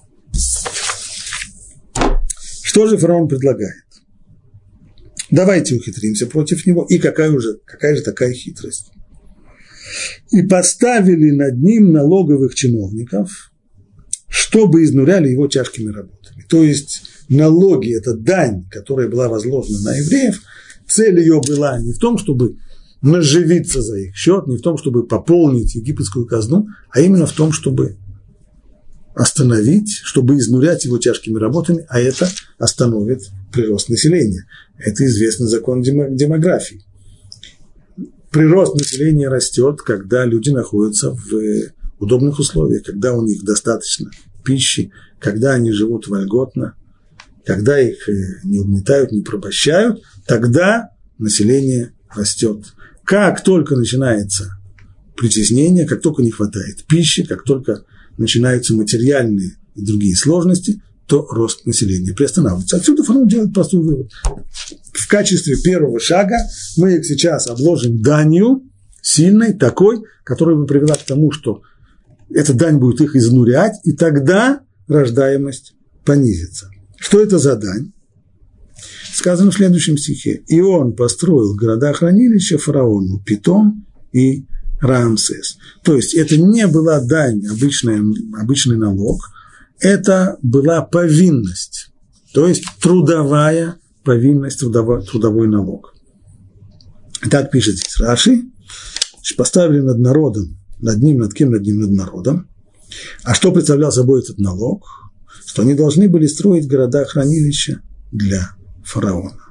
Что же фараон предлагает? Давайте ухитримся против него. И какая, уже, какая же такая хитрость? И поставили над ним налоговых чиновников, чтобы изнуряли его тяжкими работами. То есть налоги – это дань, которая была возложена на евреев. Цель ее была не в том, чтобы наживиться за их счет, не в том, чтобы пополнить египетскую казну, а именно в том, чтобы остановить, чтобы изнурять его тяжкими работами, а это остановит прирост населения. Это известный закон демографии. Прирост населения растет, когда люди находятся в удобных условиях, когда у них достаточно пищи, когда они живут вольготно, когда их не угнетают, не порабощают, тогда население растет. Как только начинается притеснение, как только не хватает пищи, как только начинаются материальные и другие сложности, то рост населения приостанавливается. Отсюда фараон делает простой вывод. В качестве первого шага мы их сейчас обложим данью, сильной, такой, которая бы привела к тому, что эта дань будет их изнурять, и тогда рождаемость понизится. Что это за дань? Сказано в следующем стихе. «И он построил города-хранилища фараону Питом и Рамсес». То есть это не была дань, обычный, обычный налог, это была повинность, то есть трудовая повинность, трудовой, трудовой налог. Так пишет здесь Раши, поставили над народом, над ним, над кем, над ним, над народом. А что представлял собой этот налог? Что они должны были строить города-хранилища для фараона.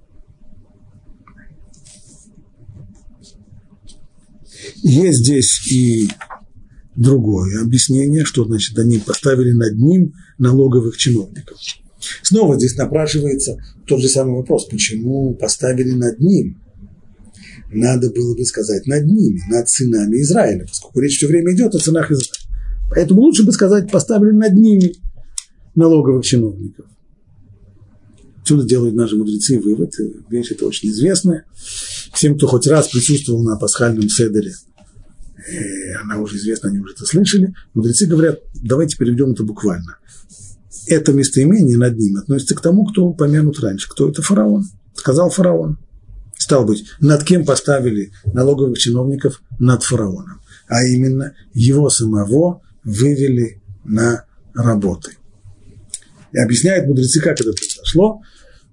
Есть здесь и другое объяснение, что значит они поставили над ним налоговых чиновников. Снова здесь напрашивается тот же самый вопрос, почему поставили над ним? Надо было бы сказать над ними, над сынами Израиля, поскольку речь все время идет о сынах Израиля. Поэтому лучше бы сказать, поставили над ними налоговых чиновников. Отсюда делают наши мудрецы вывод, вещь это очень известная. Всем, кто хоть раз присутствовал на пасхальном седере, она уже известна, они уже это слышали. Мудрецы говорят, давайте переведем это буквально. Это местоимение над ним относится к тому, кто упомянут раньше. Кто это? Фараон. Сказал фараон. Стало быть, над кем поставили налоговых чиновников? Над фараоном. А именно, его самого вывели на работы. И объясняют мудрецы, как это произошло.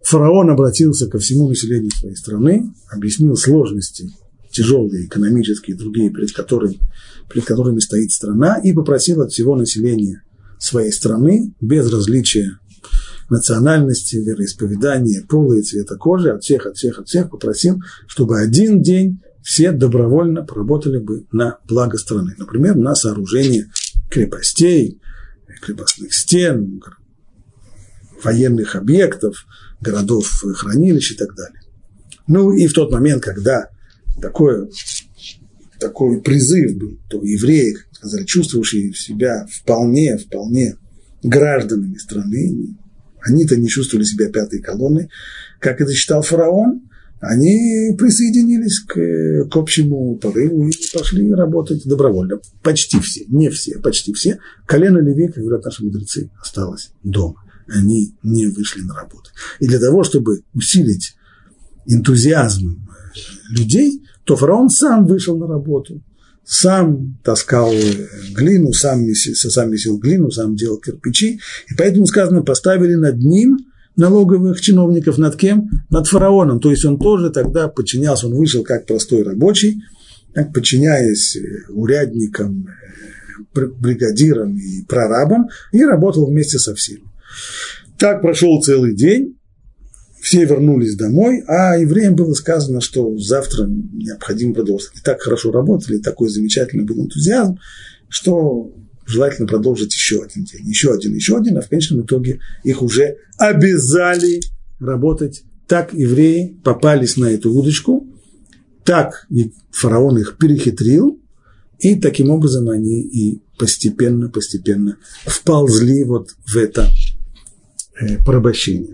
фараон обратился ко всему населению своей страны, объяснил сложности, тяжелые экономические и другие, перед которыми, перед которыми стоит страна, и попросил от всего населения своей страны, без различия национальности, вероисповедания, пола и цвета кожи, от всех, от всех, от всех попросил, чтобы один день все добровольно поработали бы на благо страны. Например, на сооружение крепостей, крепостных стен, военных объектов, городов, хранилищ и так далее. Ну и в тот момент, когда такое, такой призыв был, то евреи, сказали, чувствующие себя вполне, вполне гражданами страны, они-то не чувствовали себя пятой колонной, как это считал фараон, они присоединились к, к общему порыву и пошли работать добровольно. Почти все, не все, почти все. Колено Леви, как говорят наши мудрецы, осталось дома. Они не вышли на работу. И для того, чтобы усилить энтузиазм людей, то фараон сам вышел на работу, сам таскал глину, сам месил, сам месил глину, сам делал кирпичи. И поэтому, сказано, поставили над ним налоговых чиновников, над кем? Над фараоном. То есть он тоже тогда подчинялся, он вышел как простой рабочий, подчиняясь урядникам, бригадирам и прорабам, и работал вместе со всеми. Так прошел целый день, все вернулись домой, а евреям было сказано, что завтра необходимо продолжить. И так хорошо работали, такой замечательный был энтузиазм, что желательно продолжить еще один день, еще один, еще один, а в конечном итоге их уже обязали работать. Так евреи попались на эту удочку, так и фараон их перехитрил, и таким образом они и постепенно, постепенно вползли вот в это э, порабощение.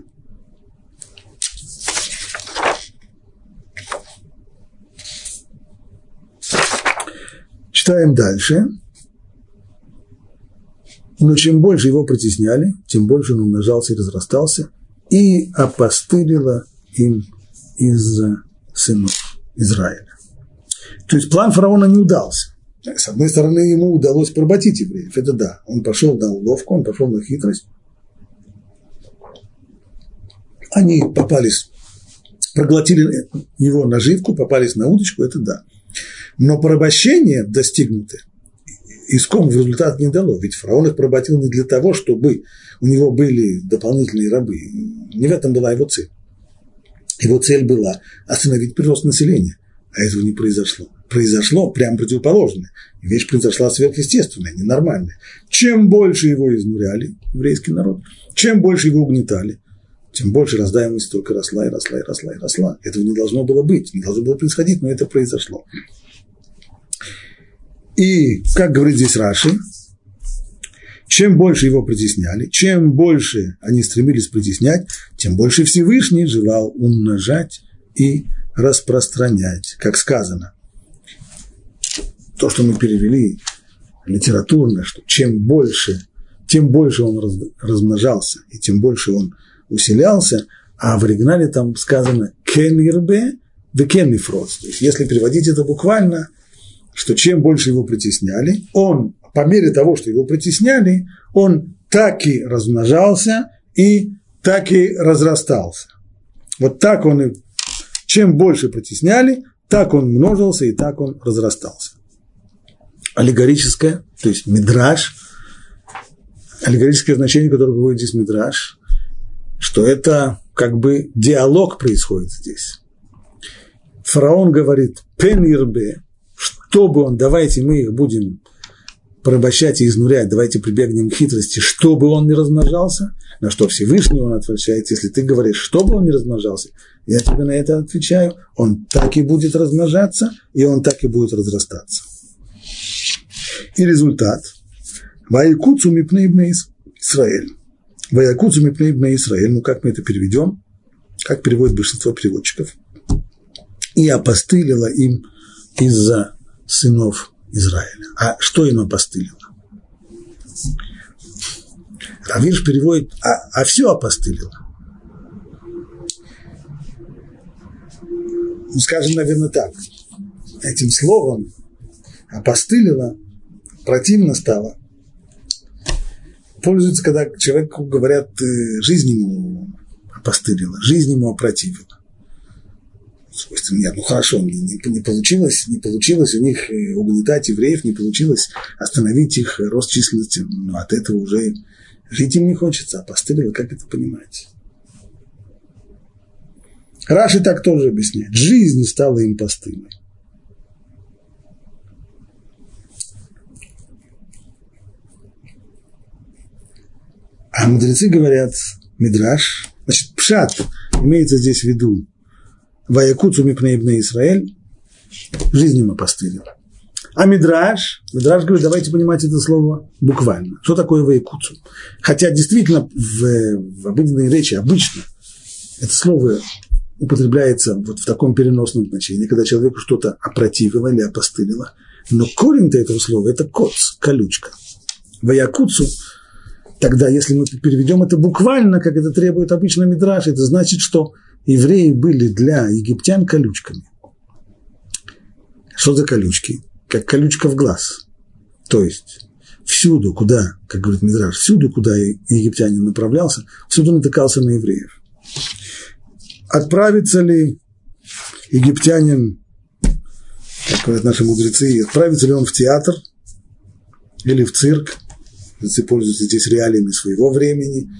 Читаем дальше. Но чем больше его притесняли, тем больше он умножался и разрастался, и опостылило им из-за сынов Израиля. То есть план фараона не удался. С одной стороны, ему удалось поработить евреев, это да. Он пошел на уловку, он пошел на хитрость. Они попались, проглотили его наживку, попались на удочку, это да. Но порабощение достигнутое искомый результат не дало, ведь фараон их поработил не для того, чтобы у него были дополнительные рабы. Не в этом была его цель. Его цель была остановить прирост населения, а этого не произошло. Произошло прямо противоположное. Вещь произошла сверхъестественная, ненормальная. Чем больше его изнуряли, еврейский народ, чем больше его угнетали, тем больше рождаемость только росла и росла и росла и росла. Этого не должно было быть, не должно было происходить, но это произошло. И, как говорит здесь Раши, чем больше его притесняли, чем больше они стремились притеснять, тем больше Всевышний желал умножать и распространять, как сказано. То, что мы перевели литературно, что чем больше, тем больше он раз, размножался, и тем больше он усилялся, а в оригинале там сказано «кен ирбе ве кен ифроц». То есть, если переводить это буквально, что чем больше его притесняли, он, по мере того, что его притесняли, он так и размножался и так и разрастался. Вот так он и... Чем больше притесняли, так он множился и так он разрастался. Аллегорическое, то есть мидраш, аллегорическое значение, которое выводит здесь мидраш, что это как бы диалог происходит здесь. Фараон говорит «пен ирбе», чтобы он, давайте мы их будем порабощать и изнурять, давайте прибегнем к хитрости, чтобы он не размножался, на что Всевышний он отвечает, если ты говоришь, чтобы он не размножался, я тебе на это отвечаю, он так и будет размножаться, и он так и будет разрастаться. И результат – «Ваякуцу мипней ибне Исраэль». «Ваякуцу мипней ибне Исраэль», ну как мы это переведем, как переводит большинство переводчиков, «и опостылило им из-за сынов Израиля». А что им опостылило? Рав Ирш переводит, а, а все опостылило. Ну, скажем, наверное, так. Этим словом опостылило, противно стало. Пользуются, когда человеку говорят, жизнь ему опостылила, жизнь ему опротивила. Свойственно, нет, ну хорошо, не, не, не получилось, не получилось у них угнетать евреев, не получилось остановить их рост численности, но от этого уже жить им не хочется, опостылила, как это понимать? Раши так тоже объясняет, жизнь стала им постылой. А мудрецы говорят, мидраш, значит, пшат, имеется здесь в виду, ваякуцу мипней бней Исраэль, жизнь им опостылила. А мидраш, мидраш говорит, давайте понимать это слово буквально. Что такое ваякуцу? Хотя действительно в, в обыденной речи обычно это слово употребляется вот в таком переносном значении, когда человеку что-то опротивило или опостылило. Но корень-то этого слова – это коц, колючка. Ваякуцу, тогда, если мы переведем это буквально, как это требует обычно мидраш, это значит, что евреи были для египтян колючками. Что за колючки? Как колючка в глаз. То есть всюду, куда, как говорит мидраш, всюду, куда египтянин направлялся, всюду натыкался на евреев. Отправится ли египтянин, как говорят наши мудрецы, отправится ли он в театр или в цирк, мудрецы пользуются здесь реалиями своего времени,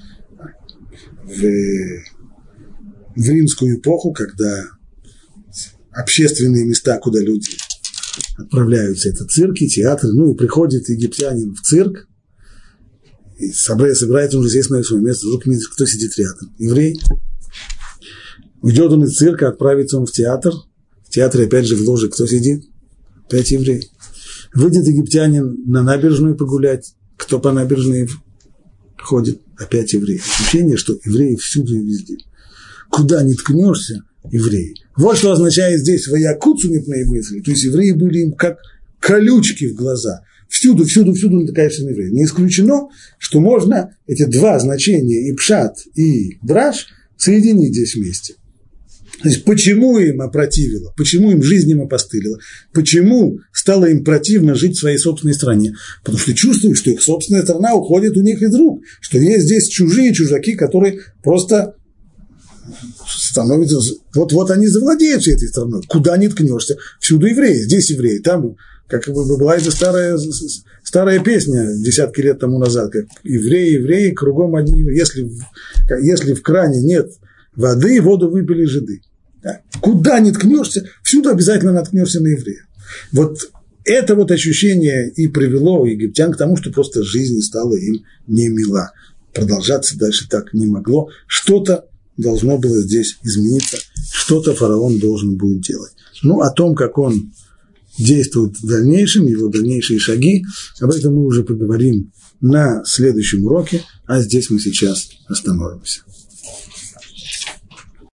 в, в римскую эпоху, когда общественные места, куда люди отправляются, это цирки, театры, ну и приходит египтянин в цирк, и собирается, он уже здесь на свое место, вдруг видит, кто сидит рядом, еврей. Уйдет он из цирка, отправится он в театр, в театре опять же в ложе кто сидит? Опять еврей. Выйдет египтянин на набережную погулять, кто по набережной ходит? Опять евреи. Ощущение, что евреи всюду и везде. Куда ни ткнешься, евреи. Вот что означает здесь «ваякуцу мипней мысли». То есть евреи были им как колючки в глаза. Всюду, всюду, всюду натыкаешься на евреев. Не исключено, что можно эти два значения, и пшат, и драш, соединить здесь вместе. То есть почему им опротивило, почему им жизнь им опостылила, почему стало им противно жить в своей собственной стране? Потому что чувствуют, что их собственная страна уходит у них из рук, что есть здесь чужие чужаки, которые просто становятся, вот-вот они завладеют всей этой страной. Куда ни ткнешься, всюду евреи, здесь евреи, там, как была эта старая, старая песня десятки лет тому назад, как евреи, евреи, кругом одни, если, если в кране нет воды, воду выпили жиды. Да. Куда ни ткнешься, всюду обязательно наткнешься на еврея. Вот это вот ощущение и привело египтян к тому, что просто жизнь стала им не мила. Продолжаться дальше так не могло. Что-то должно было здесь измениться, что-то фараон должен будет делать. Ну, о том, как он действует в дальнейшем, его дальнейшие шаги, об этом мы уже поговорим на следующем уроке, а здесь мы сейчас остановимся.